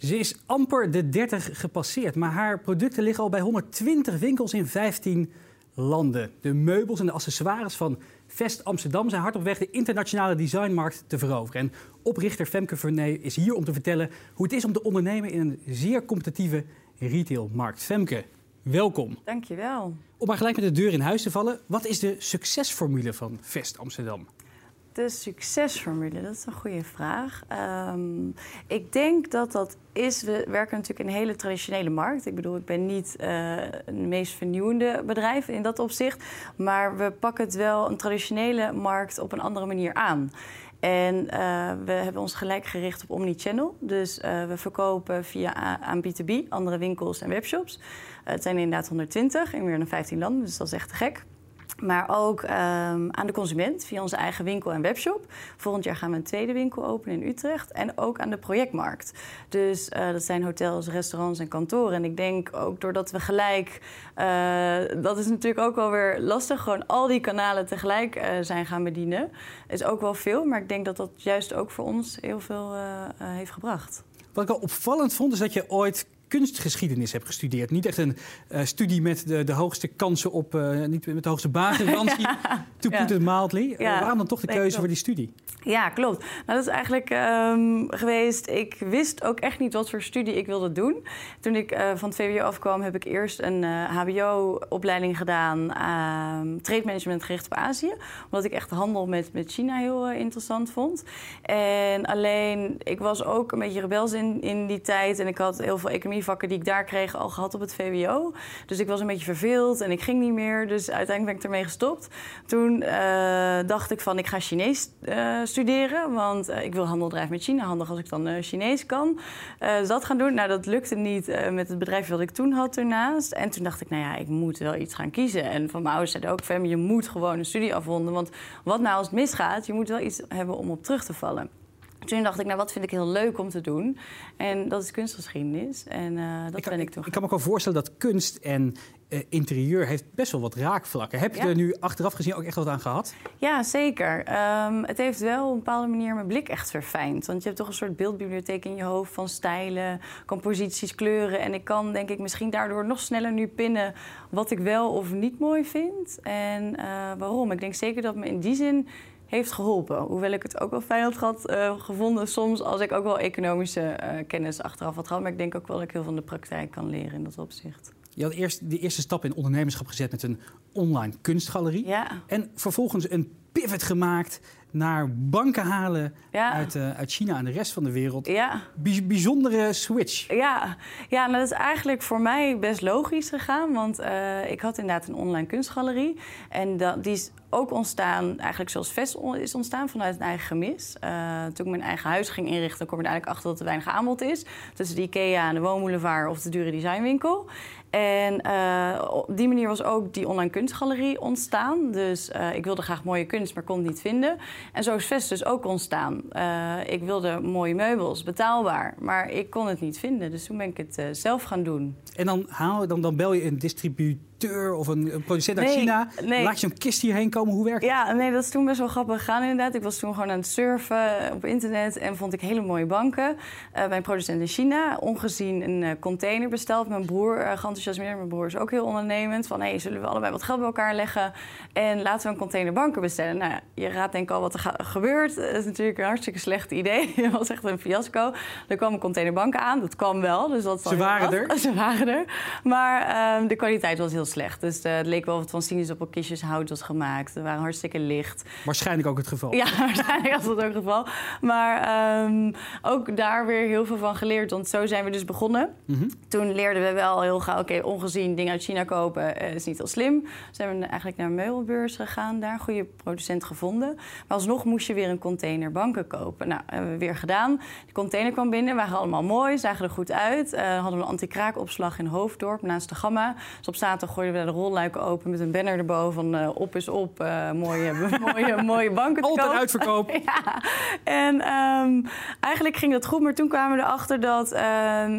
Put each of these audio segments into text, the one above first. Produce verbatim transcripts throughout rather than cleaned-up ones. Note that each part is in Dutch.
Ze is amper de dertig gepasseerd, maar haar producten liggen al bij honderdtwintig winkels in vijftien landen. De meubels en de accessoires van Vest Amsterdam zijn hard op weg de internationale designmarkt te veroveren. En oprichter Femke Vernee is hier om te vertellen hoe het is om te ondernemen in een zeer competitieve retailmarkt. Femke, welkom. Dankjewel. Om maar gelijk met de deur in huis te vallen, wat is de succesformule van Vest Amsterdam? De succesformule, dat is een goede vraag. Um, ik denk dat dat is... We werken natuurlijk in een hele traditionele markt. Ik bedoel, ik ben niet uh, het meest vernieuwende bedrijf in dat opzicht. Maar we pakken het wel een traditionele markt op een andere manier aan. En uh, we hebben ons gelijk gericht op omnichannel. Dus uh, we verkopen via aan B twee B, andere winkels en webshops. Uh, het zijn inderdaad honderdtwintig in meer dan vijftien landen, dus dat is echt te gek. Maar ook um, aan de consument via onze eigen winkel en webshop. Volgend jaar gaan we een tweede winkel openen in Utrecht. En ook aan de projectmarkt. Dus uh, dat zijn hotels, restaurants en kantoren. En ik denk ook doordat we gelijk... Uh, dat is natuurlijk ook wel weer lastig. Gewoon al die kanalen tegelijk uh, zijn gaan bedienen. Is ook wel veel. Maar ik denk dat dat juist ook voor ons heel veel uh, uh, heeft gebracht. Wat ik wel opvallend vond is dat je ooit kunstgeschiedenis hebt gestudeerd. Niet echt een uh, studie met de, de hoogste kansen op, uh, niet met de hoogste baangarantie. Ja, to put it mildly. Ja, uh, waarom dan toch de keuze nee, voor die studie? Ja, klopt. Nou, dat is eigenlijk um, geweest... Ik wist ook echt niet wat voor studie ik wilde doen. Toen ik uh, van het V W O afkwam, heb ik eerst een uh, H B O-opleiding gedaan. Uh, trade management gericht op Azië. Omdat ik echt handel met, met China heel uh, interessant vond. En alleen, ik was ook een beetje rebels in, in die tijd. En ik had heel veel economievakken die ik daar kreeg al gehad op het V W O. Dus ik was een beetje verveeld en ik ging niet meer. Dus uiteindelijk ben ik ermee gestopt. Toen uh, dacht ik van, ik ga Chinees uh, studeren. Want uh, ik wil handel drijven met China. Handig als ik dan uh, Chinees kan. Uh, dus dat gaan doen. Nou, dat lukte niet uh, met het bedrijf wat ik toen had ernaast. En toen dacht ik, nou ja, ik moet wel iets gaan kiezen. En van mijn ouders zeiden ook, Fem, je moet gewoon een studie afronden. Want wat nou als het misgaat? Je moet wel iets hebben om op terug te vallen. Toen dacht ik, nou, wat vind ik heel leuk om te doen? En dat is kunstgeschiedenis. En uh, dat ik kan, ben ik toen. Ik kan me ook wel voorstellen dat kunst en uh, interieur heeft best wel wat raakvlakken. Heb je ja. er nu achteraf gezien ook echt wat aan gehad? Ja, zeker. Um, het heeft wel op een bepaalde manier mijn blik echt verfijnd. Want je hebt toch een soort beeldbibliotheek in je hoofd van stijlen, composities, kleuren. En ik kan, denk ik, misschien daardoor nog sneller nu pinnen wat ik wel of niet mooi vind. En uh, waarom? Ik denk zeker dat me in die zin heeft geholpen. Hoewel ik het ook wel fijn had gehad, uh, gevonden soms als ik ook wel economische uh, kennis achteraf had gehad. Maar ik denk ook wel dat ik heel veel van de praktijk kan leren in dat opzicht. Je had eerst de eerste stap in ondernemerschap gezet met een online kunstgalerie. Ja. En vervolgens een pivot gemaakt naar banken halen ja. uit, uh, uit China en de rest van de wereld. Ja. Bij, bijzondere switch. Ja, ja nou, dat is eigenlijk voor mij best logisch gegaan. Want uh, ik had inderdaad een online kunstgalerie. En dat, die is ook ontstaan, eigenlijk zoals Vest is ontstaan, vanuit een eigen gemis. Uh, toen ik mijn eigen huis ging inrichten, kwam ik er eigenlijk achter dat er weinig aanbod is. Tussen de IKEA en de woonboulevard of de dure designwinkel. En uh, op die manier was ook die online kunstgalerie ontstaan. Dus uh, ik wilde graag mooie kunst, maar kon het niet vinden. En zo is Vest dus ook ontstaan. Uh, ik wilde mooie meubels, betaalbaar, maar ik kon het niet vinden. Dus toen ben ik het uh, zelf gaan doen. En dan, haal, dan, dan bel je een distributeur of een, een producent uit nee, China. Nee. Laat je zo'n kist hierheen komen. Hoe werkt het? Ja, nee, dat is toen best wel grappig gegaan inderdaad. Ik was toen gewoon aan het surfen op internet en vond ik hele mooie banken. Uh, bij een producent in China. Ongezien een uh, container besteld. Mijn broer uh, geenthousiasmeerd. Mijn broer is ook heel ondernemend. Van, hé, hey, zullen we allebei wat geld bij elkaar leggen? En laten we een container banken bestellen. Nou ja, je raadt denk ik al wat er ga- gebeurt. Dat is natuurlijk een hartstikke slecht idee. Het was echt een fiasco. Er kwamen containerbanken aan. Dat kwam wel. Dus dat Ze waren er. Ze waren er. Maar um, de kwaliteit was heel slecht. Dus uh, het leek wel of het van sinaasappelkistjes hout was gemaakt. Ze waren hartstikke licht. Waarschijnlijk ook het geval. Ja, waarschijnlijk was dat ook het geval. Maar um, ook daar weer heel veel van geleerd. Want zo zijn we dus begonnen. Mm-hmm. Toen leerden we wel heel gauw, oké, okay, ongezien dingen uit China kopen uh, is niet heel slim. Dus zijn we eigenlijk naar een meubelbeurs gegaan. Daar een goede producent gevonden. Maar alsnog moest je weer een container banken kopen. Nou, hebben we weer gedaan. De container kwam binnen, waren allemaal mooi, zagen er goed uit. Uh, hadden we een anti-kraakopslag in Hoofddorp naast de Gamma. Dus op zaterdag gooiden we de rolluiken open met een banner erboven van uh, op is op, uh, mooie, mooie, mooie banken te Altijd koop. uitverkoop. Ja, en um, eigenlijk ging dat goed, maar toen kwamen we erachter dat uh,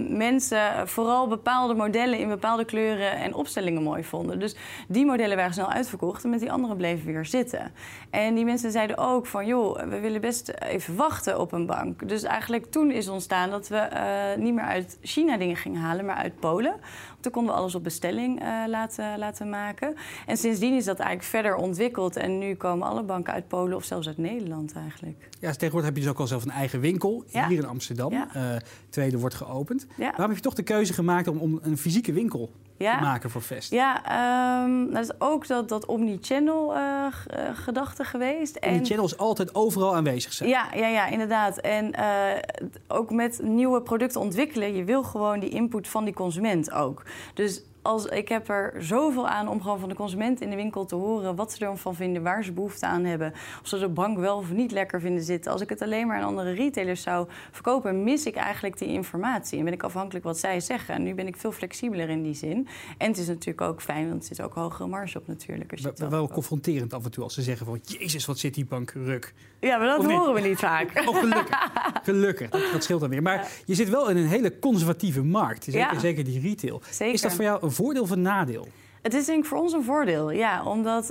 mensen vooral bepaalde modellen in bepaalde kleuren en opstellingen mooi vonden. Dus die modellen waren snel uitverkocht en met die andere bleven weer zitten. En die mensen zeiden ook van, joh, we willen best even wachten op een bank. Dus eigenlijk toen is ontstaan dat we uh, niet meer uit China dingen gingen halen, maar uit Polen. Toen konden we alles op bestelling uh, laten, laten maken. En sindsdien is dat eigenlijk verder ontwikkeld. En nu komen alle banken uit Polen of zelfs uit Nederland eigenlijk. Ja, tegenwoordig heb je dus ook al zelf een eigen winkel ja. hier in Amsterdam. Ja. Uh, tweede wordt geopend. Ja. Waarom heb je toch de keuze gemaakt om, om een fysieke winkel ja. te maken voor Vest? Ja, um, dat is ook dat, dat omnichannel uh, gedachte geweest. Omnichannel is altijd overal aanwezig zijn. Ja, ja, ja, inderdaad. En uh, ook met nieuwe producten ontwikkelen, je wil gewoon die input van die consument ook. Dus als, ik heb er zoveel aan om gewoon van de consument in de winkel te horen wat ze ervan vinden, waar ze behoefte aan hebben, of ze de bank wel of niet lekker vinden zitten. Als ik het alleen maar aan andere retailers zou verkopen, mis ik eigenlijk die informatie en ben ik afhankelijk wat zij zeggen. En nu ben ik veel flexibeler in die zin. En het is natuurlijk ook fijn, want er zit ook hogere marge op natuurlijk. Als je wel, wel confronterend af en toe als ze zeggen van, jezus, wat zit die bank ruk. Ja, maar dat horen we niet vaak. Oh, gelukkig. Gelukkig, dat, dat scheelt dan weer. Maar ja. je zit wel in een hele conservatieve markt, zeker, ja. zeker die retail. Zeker. Is dat voor jou een voordeel of een nadeel? Het is denk ik voor ons een voordeel, ja. Omdat uh,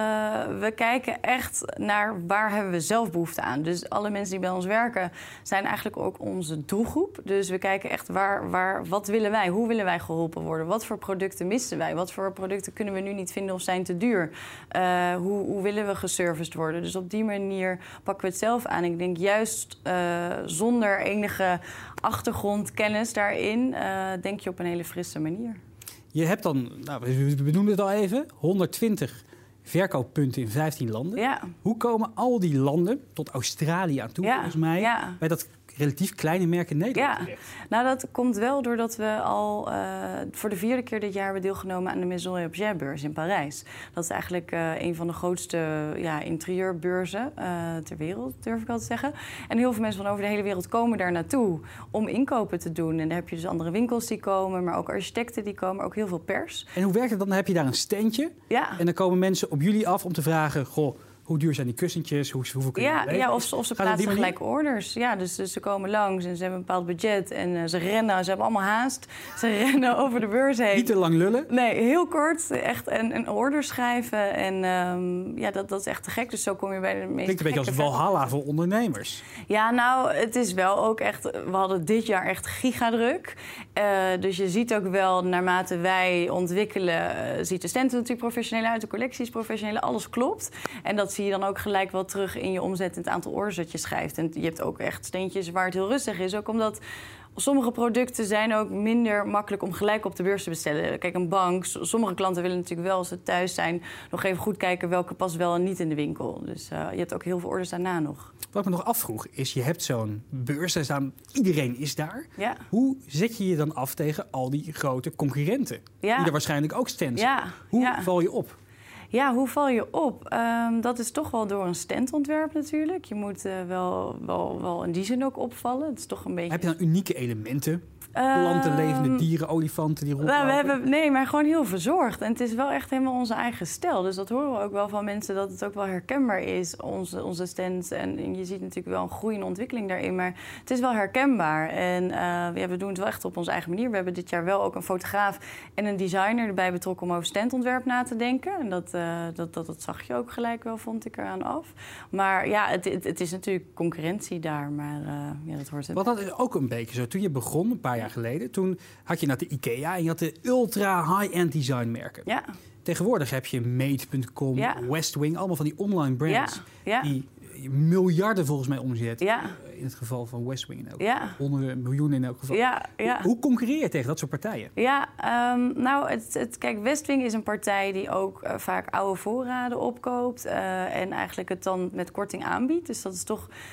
we kijken echt naar waar hebben we zelf behoefte aan. Dus alle mensen die bij ons werken zijn eigenlijk ook onze doelgroep. Dus we kijken echt waar, waar, wat willen wij? Hoe willen wij geholpen worden? Wat voor producten missen wij? Wat voor producten kunnen we nu niet vinden of zijn te duur? Uh, hoe, hoe willen we geserviced worden? Dus op die manier pakken we het zelf aan. Ik denk juist uh, zonder enige achtergrondkennis daarin uh, denk je op een hele frisse manier. Je hebt dan, nou, we noemden het al even, honderdtwintig verkooppunten in vijftien landen. Ja. Hoe komen al die landen, tot Australië aan toe, ja. volgens mij, ja. bij dat relatief kleine merk in Nederland terecht? Ja, nou dat komt wel doordat we al uh, voor de vierde keer dit jaar hebben deelgenomen aan de Maison et Objet-beurs in Parijs. Dat is eigenlijk uh, een van de grootste ja, interieurbeurzen uh, ter wereld, durf ik wel te zeggen. En heel veel mensen van over de hele wereld komen daar naartoe om inkopen te doen. En daar heb je dus andere winkels die komen, maar ook architecten die komen, ook heel veel pers. En hoe werkt het dan? Dan heb je daar een standje ja. en dan komen mensen op jullie af om te vragen, goh, hoe duur zijn die kussentjes? Hoe, hoeveel kunnen ja, je ja, of, of ze plaatsen gelijk orders. Ja, dus, dus ze komen langs en ze hebben een bepaald budget. En uh, ze rennen, ze hebben allemaal haast. Ze rennen over de beurs heen. Niet te lang lullen? Nee, heel kort. Echt een, een order schrijven. En um, ja, dat, dat is echt te gek. Dus zo kom je bij de meeste Klinkt een beetje als Valhalla voor ondernemers. Ja, nou, het is wel ook echt... We hadden dit jaar echt gigadruk. Uh, dus je ziet ook wel, naarmate wij ontwikkelen... Uh, ziet de stand er natuurlijk professioneel uit. De collecties professioneel. Alles klopt. En dat zie je dan ook gelijk wel terug in je omzet en het aantal orders dat je schrijft. En je hebt ook echt steentjes waar het heel rustig is. Ook omdat sommige producten zijn ook minder makkelijk om gelijk op de beurs te bestellen. Kijk, een bank, sommige klanten willen natuurlijk wel als ze thuis zijn nog even goed kijken welke past wel en niet in de winkel. Dus uh, je hebt ook heel veel orders daarna nog. Wat ik me nog afvroeg is, je hebt zo'n beurs, daar staan, iedereen is daar. Ja. Hoe zet je je dan af tegen al die grote concurrenten? Ja. Die er waarschijnlijk ook stands. Ja. Hoe ja. val je op? Ja, hoe val je op? Um, dat is toch wel door een standontwerp natuurlijk. Je moet uh, wel, wel, wel in die zin ook opvallen. Het is toch een beetje... Heb je dan unieke elementen? Planten, levende dieren, olifanten die rondlopen? Nou, we hebben, nee, maar gewoon heel verzorgd. En het is wel echt helemaal onze eigen stijl. Dus dat horen we ook wel van mensen, dat het ook wel herkenbaar is, onze, onze stand. En je ziet natuurlijk wel een groeiende ontwikkeling daarin. Maar het is wel herkenbaar. En uh, ja, we doen het wel echt op onze eigen manier. We hebben dit jaar wel ook een fotograaf en een designer erbij betrokken om over standontwerp na te denken. En dat, uh, dat, dat, dat zag je ook gelijk wel, vond ik eraan af. Maar ja, het, het, het is natuurlijk concurrentie daar. Maar uh, ja, dat hoort het. Want dat is ook een beetje zo. Toen je begon, een paar jaar geleden, toen had je naar de IKEA en je had de ultra high-end designmerken. Ja. Tegenwoordig heb je Made punt com, ja. Westwing, allemaal van die online brands. Ja. Ja. Die miljarden volgens mij omzet. Ja. In het geval van Westwing in elk ja. geval. Honderden miljoenen in elk geval. Ja. Ja. Hoe, hoe concurreer je tegen dat soort partijen? Ja, um, nou, het, het, kijk, Westwing is een partij die ook uh, vaak oude voorraden opkoopt. Uh, en eigenlijk het dan met korting aanbiedt. Dus dat is toch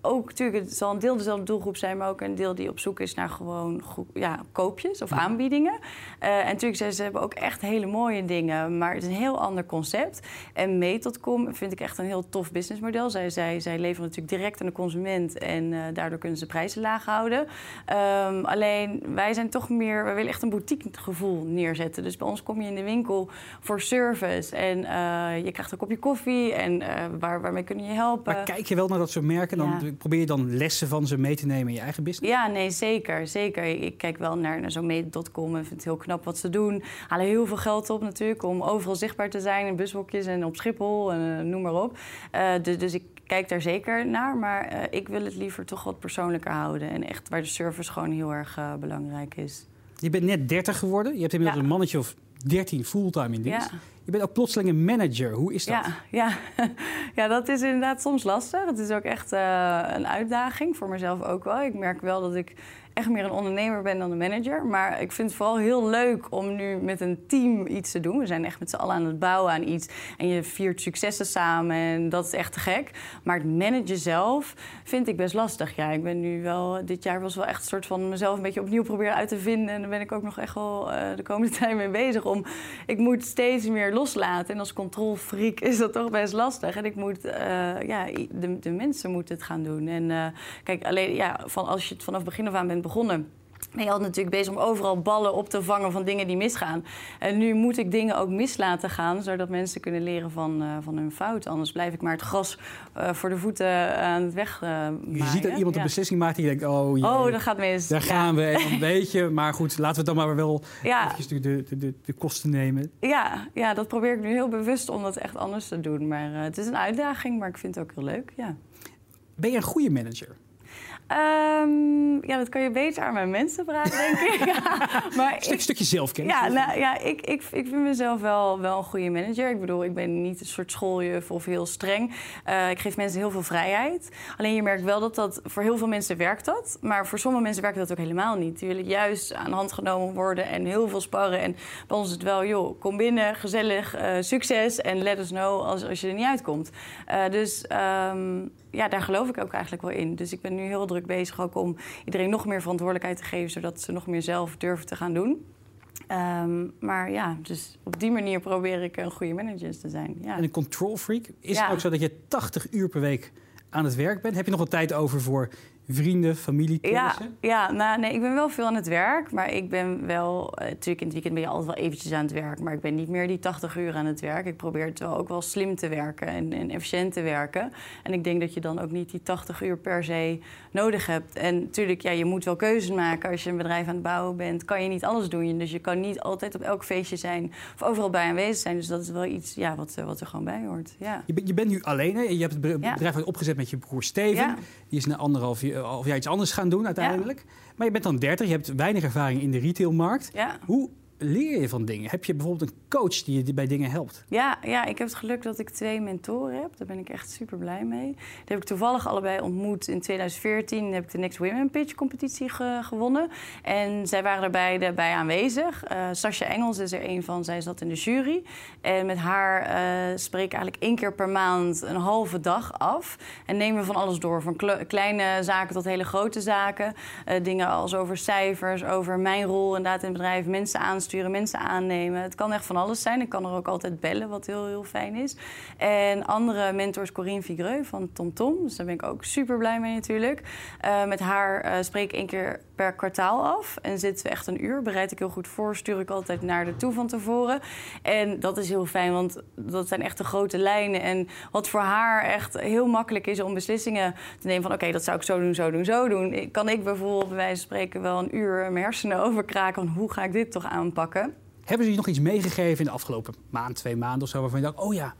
ook, natuurlijk, het zal een deel dezelfde doelgroep zijn, maar ook een deel die op zoek is naar gewoon goed, ja, koopjes of aanbiedingen. Uh, en natuurlijk, ze, ze hebben ook echt hele mooie dingen, maar het is een heel ander concept. En Made punt com vind ik echt een heel tof businessmodel. Zij, zij, zij leveren natuurlijk direct aan de consument en uh, daardoor kunnen ze prijzen laag houden. Um, alleen, wij zijn toch meer, we willen echt een boutique gevoel neerzetten. Dus bij ons kom je in de winkel voor service en uh, je krijgt een kopje koffie en uh, waar, waarmee kunnen je helpen. Maar kijk je wel naar dat soort merken? Dan ja. probeer je dan lessen van ze mee te nemen in je eigen business? Ja, nee, zeker. zeker. Ik kijk wel naar, naar zo'n Made punt com en vind het heel knap wat ze doen. Halen heel veel geld op natuurlijk om overal zichtbaar te zijn in bushokjes en op Schiphol en uh, noem maar op. Uh, dus, dus ik kijk daar zeker naar, maar uh, ik wil het liever toch wat persoonlijker houden. En echt waar de service gewoon heel erg uh, belangrijk is. Je bent net dertig geworden. Je hebt inmiddels ja. een mannetje of dertien fulltime in dienst. Ja. Je bent ook plotseling een manager. Hoe is dat? Ja, ja. ja, dat is inderdaad soms lastig. Het is ook echt uh, een uitdaging, voor mezelf ook wel. Ik merk wel dat ik echt meer een ondernemer ben dan een manager. Maar ik vind het vooral heel leuk om nu met een team iets te doen. We zijn echt met z'n allen aan het bouwen aan iets. En je viert successen samen en dat is echt te gek. Maar het managen zelf vind ik best lastig. Ja, ik ben nu wel, dit jaar was wel echt een soort van mezelf een beetje opnieuw proberen uit te vinden. En daar ben ik ook nog echt wel uh, de komende tijd mee bezig. Om, ik moet steeds meer loslaten. En als controlfreak is dat toch best lastig. En ik moet, uh, ja, de, de mensen moeten het gaan doen. En uh, kijk, alleen, ja, van, als je het vanaf begin af aan bent begonnen, ben je altijd natuurlijk bezig om overal ballen op te vangen van dingen die misgaan. En nu moet ik dingen ook mis laten gaan, zodat mensen kunnen leren van, uh, van hun fout. Anders blijf ik maar het gras uh, voor de voeten aan het weg uh, Je ziet dat iemand ja. een beslissing maakt die denkt, oh jee, oh, dat gaat mis. Daar gaan ja. we, en dan weet je. Maar goed, laten we dan maar wel ja. eventjes de, de, de, de kosten nemen. Ja, ja, dat probeer ik nu heel bewust om dat echt anders te doen. Maar uh, het is een uitdaging, maar ik vind het ook heel leuk, ja. Ben je een goede manager? Um, ja, dat kan je beter aan mijn mensen vragen, denk ik. ja, maar Stuk, ik, stukje zelfkennis. Ja, nou, ja ik, ik, ik vind mezelf wel, wel een goede manager. Ik bedoel, ik ben niet een soort schooljuf of heel streng. Uh, ik geef mensen heel veel vrijheid. Alleen je merkt wel dat dat voor heel veel mensen werkt dat. Maar voor sommige mensen werkt dat ook helemaal niet. Die willen juist aan de hand genomen worden en heel veel sparren. En bij ons is het wel, joh, kom binnen, gezellig, uh, succes. En let us know als, als je er niet uitkomt. Uh, dus um, ja, daar geloof ik ook eigenlijk wel in. Dus ik ben nu heel druk bezig ook om iedereen nog meer verantwoordelijkheid te geven, zodat ze nog meer zelf durven te gaan doen. Um, maar ja, dus op die manier probeer ik een goede manager te zijn. Ja. En een control freak? Is ja. het ook zo dat je tachtig uur per week aan het werk bent? Heb je nog wat tijd over voor vrienden, familie, kennissen? Ja, ja nou, nee, ik ben wel veel aan het werk. Maar ik ben wel, uh, natuurlijk in het weekend ben je altijd wel eventjes aan het werk. Maar ik ben niet meer die tachtig uur aan het werk. Ik probeer het wel ook wel slim te werken en, en efficiënt te werken. En ik denk dat je dan ook niet die tachtig uur per se nodig hebt. En natuurlijk, ja, je moet wel keuzes maken. Als je een bedrijf aan het bouwen bent, kan je niet alles doen. Dus je kan niet altijd op elk feestje zijn of overal bij aanwezig zijn. Dus dat is wel iets ja, wat, wat er gewoon bij hoort. Ja. Je, ben, je bent nu alleen, hè? Je hebt het bedrijf ja. opgezet met je broer Steven. Ja. Die is na anderhalf jaar of jij iets anders gaan doen uiteindelijk. Ja. Maar je bent dan dertig, je hebt weinig ervaring in de retailmarkt. Ja. Hoe leer je van dingen? Heb je bijvoorbeeld een coach die je bij dingen helpt? Ja, ja, ik heb het geluk dat ik twee mentoren heb. Daar ben ik echt super blij mee. Die heb ik toevallig allebei ontmoet in twintig veertien. Heb ik de Next Women Pitch competitie ge- gewonnen. En zij waren er beide bij aanwezig. Uh, Sascha Engels is er een van. Zij zat in de jury. En met haar uh, spreek ik eigenlijk één keer per maand een halve dag af. En nemen we van alles door. Van kle- kleine zaken tot hele grote zaken. Uh, dingen als over cijfers, over mijn rol inderdaad in het bedrijf. Mensen aansturen, mensen aannemen. Het kan echt van alles zijn. Ik kan er ook altijd bellen, wat heel, heel fijn is. En andere mentors, Corinne Vigreux van TomTom. Dus daar ben ik ook super blij mee natuurlijk. Uh, met haar uh, spreek ik één keer per kwartaal af. En zitten we echt een uur. Bereid ik heel goed voor. Stuur ik altijd naar de toe van tevoren. En dat is heel fijn, want dat zijn echt de grote lijnen. En wat voor haar echt heel makkelijk is om beslissingen te nemen van oké, okay, dat zou ik zo doen, zo doen, zo doen. Kan ik bijvoorbeeld bij wijze van spreken wel een uur mijn hersenen overkraken van hoe ga ik dit toch aanpakken? Hebben ze je nog iets meegegeven in de afgelopen maand, twee maanden of zo, waarvan je dacht, oh ja,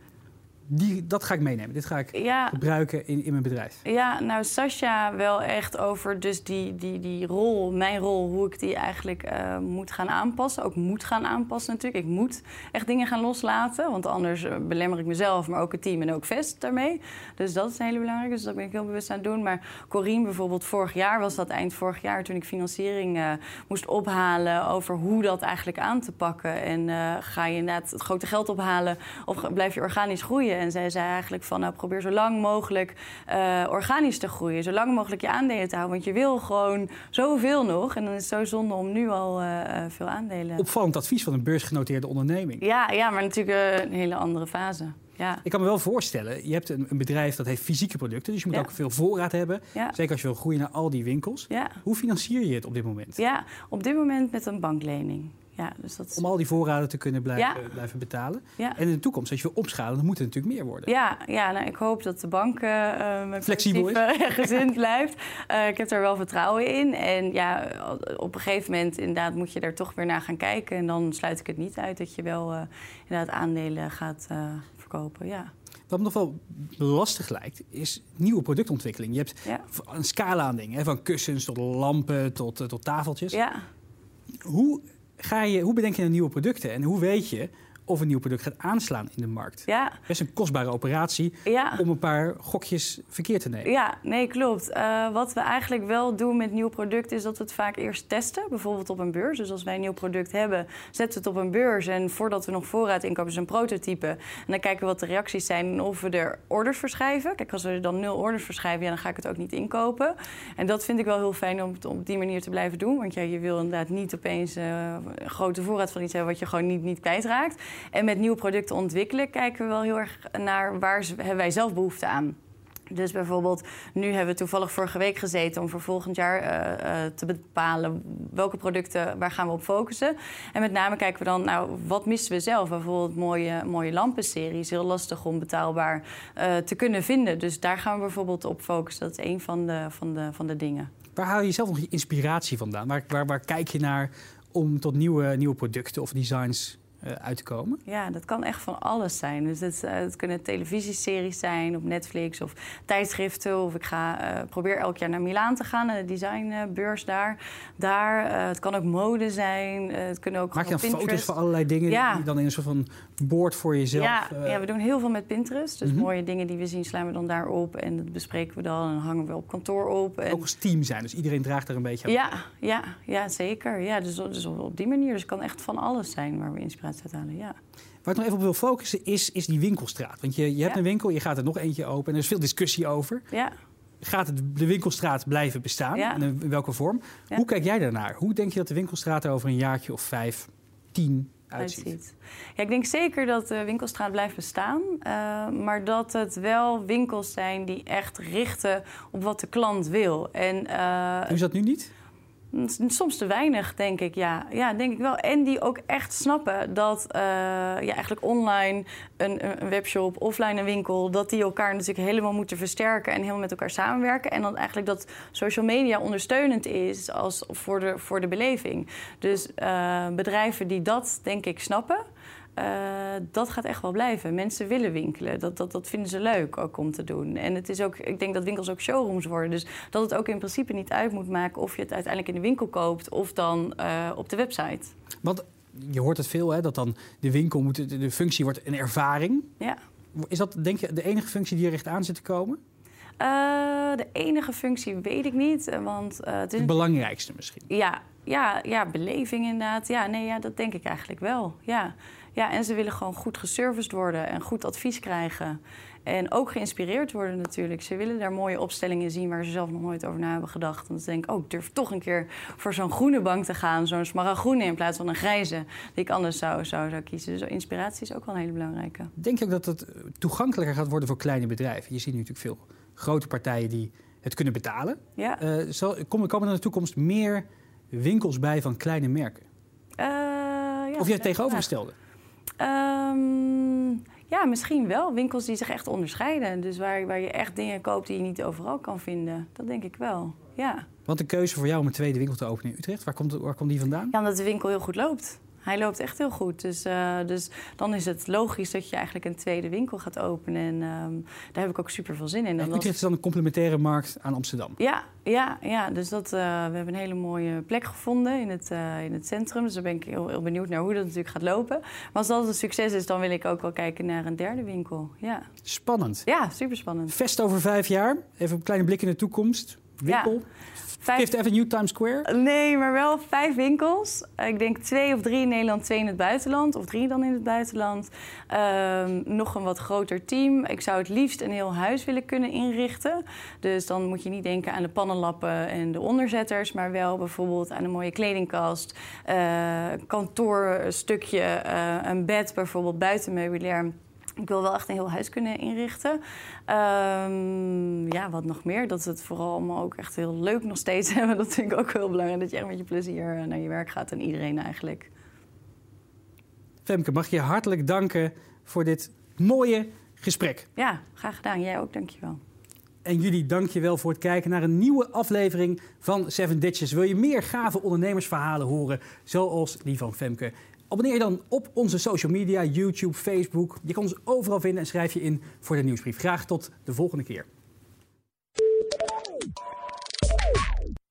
die, dat ga ik meenemen. Dit ga ik ja. gebruiken in, in mijn bedrijf. Ja, nou Sascha wel echt over dus die, die, die rol, mijn rol, hoe ik die eigenlijk uh, moet gaan aanpassen. Ook moet gaan aanpassen natuurlijk. Ik moet echt dingen gaan loslaten, want anders belemmer ik mezelf, maar ook het team en ook Vest daarmee. Dus dat is een hele belangrijke, dus dat ben ik heel bewust aan het doen. Maar Corinne bijvoorbeeld, vorig jaar was dat, eind vorig jaar, toen ik financiering uh, moest ophalen over hoe dat eigenlijk aan te pakken. En uh, ga je inderdaad het grote geld ophalen of blijf je organisch groeien? En zij zei eigenlijk van, nou, probeer zo lang mogelijk uh, organisch te groeien. Zo lang mogelijk je aandelen te houden. Want je wil gewoon zoveel nog. En dan is het zo zonde om nu al uh, veel aandelen... Opvallend advies van een beursgenoteerde onderneming. Ja, ja, maar natuurlijk uh, een hele andere fase. Ja. Ik kan me wel voorstellen, je hebt een, een bedrijf dat heeft fysieke producten. Dus je moet ja. ook veel voorraad hebben. Ja. Zeker als je wil groeien naar al die winkels. Ja. Hoe financier je het op dit moment? Ja, op dit moment met een banklening. Ja, dus dat... Om al die voorraden te kunnen blijven, ja. blijven betalen. Ja. En in de toekomst, als je wil opschalen, dan moet het natuurlijk meer worden. Ja, ja nou, ik hoop dat de bank uh, met flexibel is. gezind blijft. Uh, ik heb er wel vertrouwen in. En ja, op een gegeven moment inderdaad moet je daar toch weer naar gaan kijken. En dan sluit ik het niet uit dat je wel uh, inderdaad aandelen gaat uh, verkopen. Ja. Wat me nog wel lastig lijkt, is nieuwe productontwikkeling. Je hebt ja. een scala aan dingen, hè, van kussens tot lampen tot, uh, tot tafeltjes. Ja. Hoe... Ga je, hoe bedenk je nou nieuwe producten en hoe weet je of een nieuw product gaat aanslaan in de markt? Ja. Best een kostbare operatie ja. om een paar gokjes verkeerd te nemen. Ja, nee, klopt. Uh, wat we eigenlijk wel doen met nieuw product is dat we het vaak eerst testen. Bijvoorbeeld op een beurs. Dus als wij een nieuw product hebben, zetten we het op een beurs. En voordat we nog voorraad inkopen, dus een prototype. En dan kijken we wat de reacties zijn en of we er orders verschrijven. Kijk, als we er dan nul orders verschrijven, ja, dan ga ik het ook niet inkopen. En dat vind ik wel heel fijn om het op die manier te blijven doen. Want ja, je wil inderdaad niet opeens uh, een grote voorraad van iets hebben wat je gewoon niet, niet kwijtraakt. En met nieuwe producten ontwikkelen kijken we wel heel erg naar waar hebben wij zelf behoefte aan. Dus bijvoorbeeld, nu hebben we toevallig vorige week gezeten om voor volgend jaar uh, uh, te bepalen welke producten, waar gaan we op focussen. En met name kijken we dan, nou, wat missen we zelf? Bijvoorbeeld mooie, mooie lampenseries, heel lastig om betaalbaar uh, te kunnen vinden. Dus daar gaan we bijvoorbeeld op focussen. Dat is een van de, van de, van de dingen. Waar haal je zelf nog je inspiratie vandaan? Waar, waar, waar kijk je naar om tot nieuwe, nieuwe producten of designs Uh, uit te komen? Ja, dat kan echt van alles zijn. Dus het, uh, het kunnen televisieseries zijn op Netflix of tijdschriften. Of ik ga uh, probeer elk jaar naar Milaan te gaan, naar de designbeurs daar. daar uh, het kan ook mode zijn. Uh, het kunnen ook Maak je dan Pinterest. Foto's van allerlei dingen ja. die dan in een soort van board voor jezelf... Ja, uh... ja, we doen heel veel met Pinterest. Dus mm-hmm. mooie dingen die we zien slaan we dan daarop. En dat bespreken we dan en hangen we op kantoor op. En... Ook als team zijn, dus iedereen draagt er een beetje aan. Ja, ja, ja zeker. Ja, dus, dus op die manier. Dus het kan echt van alles zijn waar we inspiratie uithalen, ja. Waar ik nog even op wil focussen is, is die winkelstraat. Want je, je hebt ja. een winkel, je gaat er nog eentje open en er is veel discussie over. Ja. Gaat het, de winkelstraat blijven bestaan? Ja. En in welke vorm? Ja. Hoe kijk jij daarnaar? Hoe denk je dat de winkelstraat er over een jaartje of vijf, tien uitziet? uitziet. Ja, ik denk zeker dat de winkelstraat blijft bestaan. Uh, maar dat het wel winkels zijn die echt richten op wat de klant wil. En, uh, Hoe is dat nu niet? Soms te weinig, denk ik, ja. Ja, denk ik wel. En die ook echt snappen dat uh, ja, eigenlijk online een, een webshop, offline een winkel, dat die elkaar natuurlijk helemaal moeten versterken en helemaal met elkaar samenwerken. En dan eigenlijk dat social media ondersteunend is als voor de, voor de beleving. Dus uh, bedrijven die dat, denk ik, snappen, Uh, dat gaat echt wel blijven. Mensen willen winkelen. Dat, dat, dat vinden ze leuk ook om te doen. En het is ook, ik denk dat winkels ook showrooms worden. Dus dat het ook in principe niet uit moet maken of je het uiteindelijk in de winkel koopt of dan uh, op de website. Want je hoort het veel, hè, dat dan de winkel moet, de, de functie wordt een ervaring. Ja. Is dat, denk je, de enige functie die er echt aan zit te komen? Uh, de enige functie weet ik niet. Want, uh, het is het belangrijkste misschien? Ja, ja, ja, beleving inderdaad. Ja, nee, ja, dat denk ik eigenlijk wel. Ja. Ja, en ze willen gewoon goed geserviced worden en goed advies krijgen. En ook geïnspireerd worden natuurlijk. Ze willen daar mooie opstellingen zien waar ze zelf nog nooit over na hebben gedacht. En dan denk ik, oh, ik durf toch een keer voor zo'n groene bank te gaan. Zo'n smaragdgroene in plaats van een grijze die ik anders zou, zou, zou kiezen. Dus inspiratie is ook wel een hele belangrijke. Denk je ook dat het toegankelijker gaat worden voor kleine bedrijven? Je ziet nu natuurlijk veel grote partijen die het kunnen betalen. Ja. Uh, zal, komen er in de toekomst meer winkels bij van kleine merken? Uh, ja, of je het tegenovergestelde? Um, ja, misschien wel. Winkels die zich echt onderscheiden. Dus waar, waar je echt dingen koopt die je niet overal kan vinden. Dat denk ik wel, ja. Want de keuze voor jou om een tweede winkel te openen in Utrecht, waar komt, waar komt die vandaan? Ja, omdat de winkel heel goed loopt. Hij loopt echt heel goed. Dus, uh, dus dan is het logisch dat je eigenlijk een tweede winkel gaat openen. En um, daar heb ik ook super veel zin in. En Utrecht is dan een complementaire markt aan Amsterdam? Ja, ja, ja. Dus dat, uh, we hebben een hele mooie plek gevonden in het, uh, in het centrum. Dus daar ben ik heel, heel benieuwd naar hoe dat natuurlijk gaat lopen. Maar als dat een succes is, dan wil ik ook wel kijken naar een derde winkel. Ja. Spannend. Ja, super spannend. Vest over vijf jaar. Even een kleine blik in de toekomst. winkel? Ja. Vijf... Fifth Avenue, Times Square? Nee, maar wel vijf winkels. Ik denk twee of drie in Nederland, twee in het buitenland. Of drie dan in het buitenland. Um, nog een wat groter team. Ik zou het liefst een heel huis willen kunnen inrichten. Dus dan moet je niet denken aan de pannenlappen en de onderzetters. Maar wel bijvoorbeeld aan een mooie kledingkast. Uh, kantoorstukje, uh, een bed bijvoorbeeld, buitenmeubilair. Ik wil wel echt een heel huis kunnen inrichten. Um, ja, wat nog meer? Dat we het vooral allemaal ook echt heel leuk nog steeds hebben. Dat vind ik ook heel belangrijk. Dat je echt met je plezier naar je werk gaat en iedereen eigenlijk. Femke, mag je hartelijk danken voor dit mooie gesprek. Ja, graag gedaan. Jij ook, dankjewel. En jullie, dankjewel voor het kijken naar een nieuwe aflevering van Seven Ditches. Wil je meer gave ondernemersverhalen horen, zoals die van Femke? Abonneer je dan op onze social media, YouTube, Facebook. Je kan ons overal vinden en schrijf je in voor de nieuwsbrief. Graag tot de volgende keer.